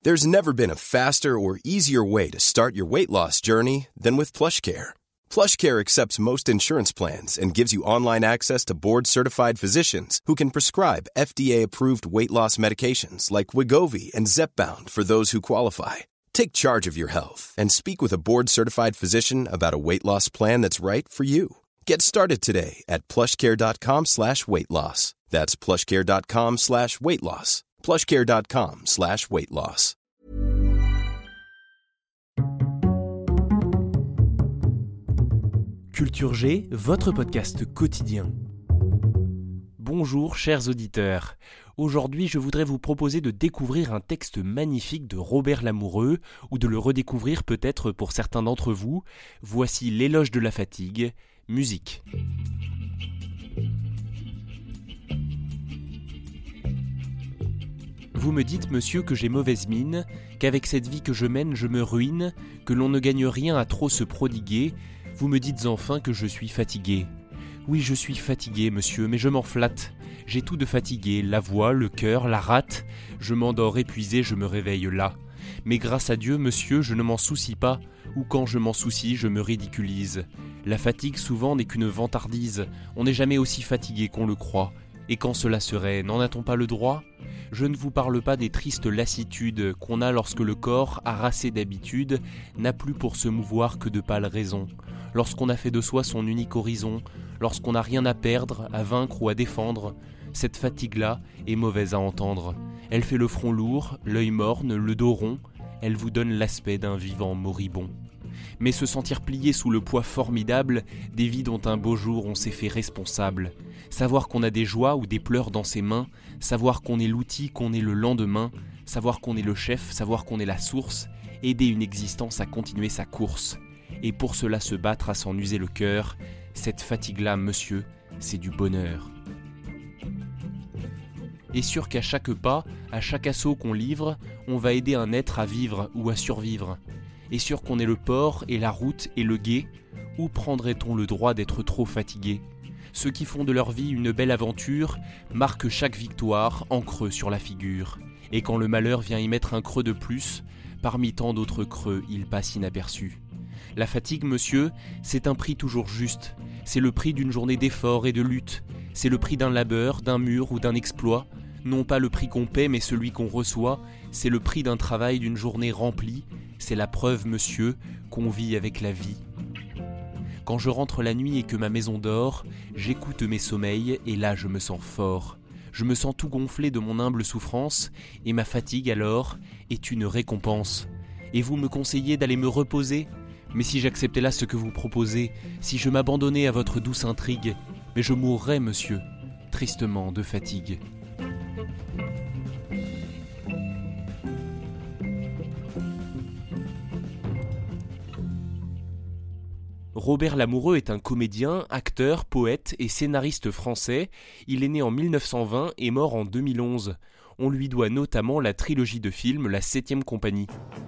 There's never been a faster or easier way to start your weight loss journey than with PlushCare. PlushCare accepts most insurance plans and gives you online access to board-certified physicians who can prescribe FDA-approved weight loss medications like Wegovy and Zepbound for those who qualify. Take charge of your health and speak with a board-certified physician about a weight loss plan that's right for you. Get started today at plushcare.com/weight loss. That's plushcare.com/weight loss. plushcare.com/weight loss. Culture G, votre podcast quotidien. Bonjour chers auditeurs. Aujourd'hui, je voudrais vous proposer de découvrir un texte magnifique de Robert Lamoureux, ou de le redécouvrir peut-être pour certains d'entre vous. Voici l'éloge de la fatigue, musique. Vous me dites, monsieur, que j'ai mauvaise mine, qu'avec cette vie que je mène, je me ruine, que l'on ne gagne rien à trop se prodiguer. Vous me dites enfin que je suis fatigué. Oui, je suis fatigué, monsieur, mais je m'en flatte. J'ai tout de fatigué, la voix, le cœur, la rate. Je m'endors épuisé, je me réveille là. Mais grâce à Dieu, monsieur, je ne m'en soucie pas, ou quand je m'en soucie, je me ridiculise. La fatigue souvent n'est qu'une vantardise, on n'est jamais aussi fatigué qu'on le croit. Et quand cela serait, n'en a-t-on pas le droit ? Je ne vous parle pas des tristes lassitudes qu'on a lorsque le corps, harassé d'habitude, n'a plus pour se mouvoir que de pâles raisons. Lorsqu'on a fait de soi son unique horizon, lorsqu'on n'a rien à perdre, à vaincre ou à défendre, cette fatigue-là est mauvaise à entendre. Elle fait le front lourd, l'œil morne, le dos rond, elle vous donne l'aspect d'un vivant moribond. Mais se sentir plié sous le poids formidable des vies dont un beau jour on s'est fait responsable. Savoir qu'on a des joies ou des pleurs dans ses mains, savoir qu'on est l'outil, qu'on est le lendemain, savoir qu'on est le chef, savoir qu'on est la source, aider une existence à continuer sa course. Et pour cela se battre à s'en user le cœur, cette fatigue-là, monsieur, c'est du bonheur. Et sûr qu'à chaque pas, à chaque assaut qu'on livre, on va aider un être à vivre ou à survivre. Et sûr qu'on est le port et la route et le gué, où prendrait-on le droit d'être trop fatigué ? Ceux qui font de leur vie une belle aventure marquent chaque victoire en creux sur la figure. Et quand le malheur vient y mettre un creux de plus, parmi tant d'autres creux, il passe inaperçu. La fatigue, monsieur, c'est un prix toujours juste. C'est le prix d'une journée d'effort et de lutte. C'est le prix d'un labeur, d'un mur ou d'un exploit. Non pas le prix qu'on paie, mais celui qu'on reçoit. C'est le prix d'un travail, d'une journée remplie. C'est la preuve, monsieur, qu'on vit avec la vie. Quand je rentre la nuit et que ma maison dort, j'écoute mes sommeils et là je me sens fort. Je me sens tout gonflé de mon humble souffrance et ma fatigue alors est une récompense. Et vous me conseillez d'aller me reposer ? Mais si j'acceptais là ce que vous proposez, si je m'abandonnais à votre douce intrigue, mais je mourrais, monsieur, tristement de fatigue. Robert Lamoureux est un comédien, acteur, poète et scénariste français. Il est né en 1920 et mort en 2011. On lui doit notamment la trilogie de films La 7e compagnie.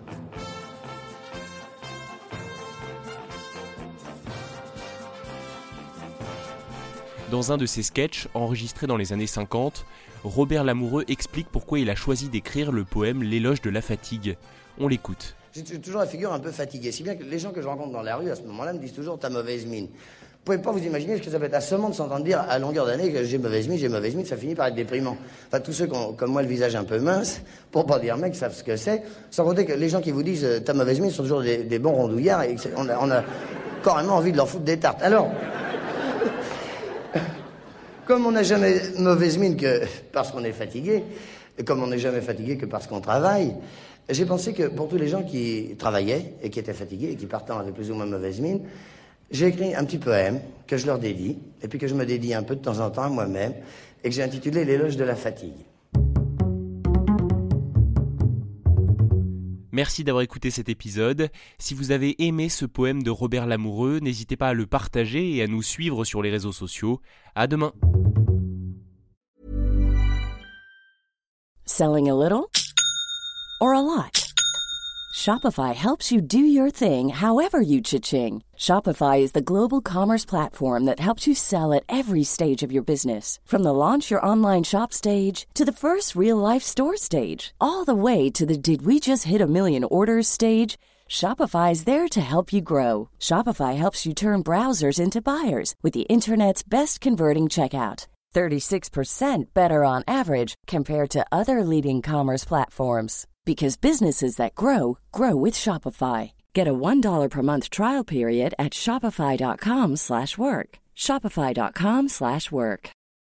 Dans un de ses sketchs, enregistré dans les années 50, Robert Lamoureux explique pourquoi il a choisi d'écrire le poème L'éloge de la fatigue. On l'écoute. J'ai toujours la figure un peu fatiguée, si bien que les gens que je rencontre dans la rue à ce moment-là me disent toujours « t'as mauvaise mine ». Vous pouvez pas vous imaginer ce que ça peut être assommant de s'entendre dire à longueur d'année que j'ai mauvaise mine, ça finit par être déprimant. Enfin, tous ceux qui ont, comme moi, le visage un peu mince, pour pas dire mec, savent ce que c'est. Sans compter que les gens qui vous disent « t'as mauvaise mine » sont toujours des bons rondouillards et on a carrément envie de leur foutre des tartes. Alors, comme on n'a jamais mauvaise mine que parce qu'on est fatigué, et comme on n'est jamais fatigué que parce qu'on travaille, j'ai pensé que pour tous les gens qui travaillaient et qui étaient fatigués et qui partant avec plus ou moins mauvaise mine, j'ai écrit un petit poème que je leur dédie, et puis que je me dédie un peu de temps en temps à moi-même, et que j'ai intitulé L'éloge de la fatigue. Merci d'avoir écouté cet épisode. Si vous avez aimé ce poème de Robert Lamoureux, n'hésitez pas à le partager et à nous suivre sur les réseaux sociaux. À demain. Selling a little or a lot? Shopify helps you do your thing however you cha-ching. Shopify is the global commerce platform that helps you sell at every stage of your business. From the launch your online shop stage to the first real-life store stage, all the way to the did we just hit a million orders stage. Shopify is there to help you grow. Shopify helps you turn browsers into buyers with the internet's best converting checkout. 36% better on average compared to other leading commerce platforms. Because businesses that grow, grow with Shopify. Get a $1 per month trial period at shopify.com/work. Shopify.com/work.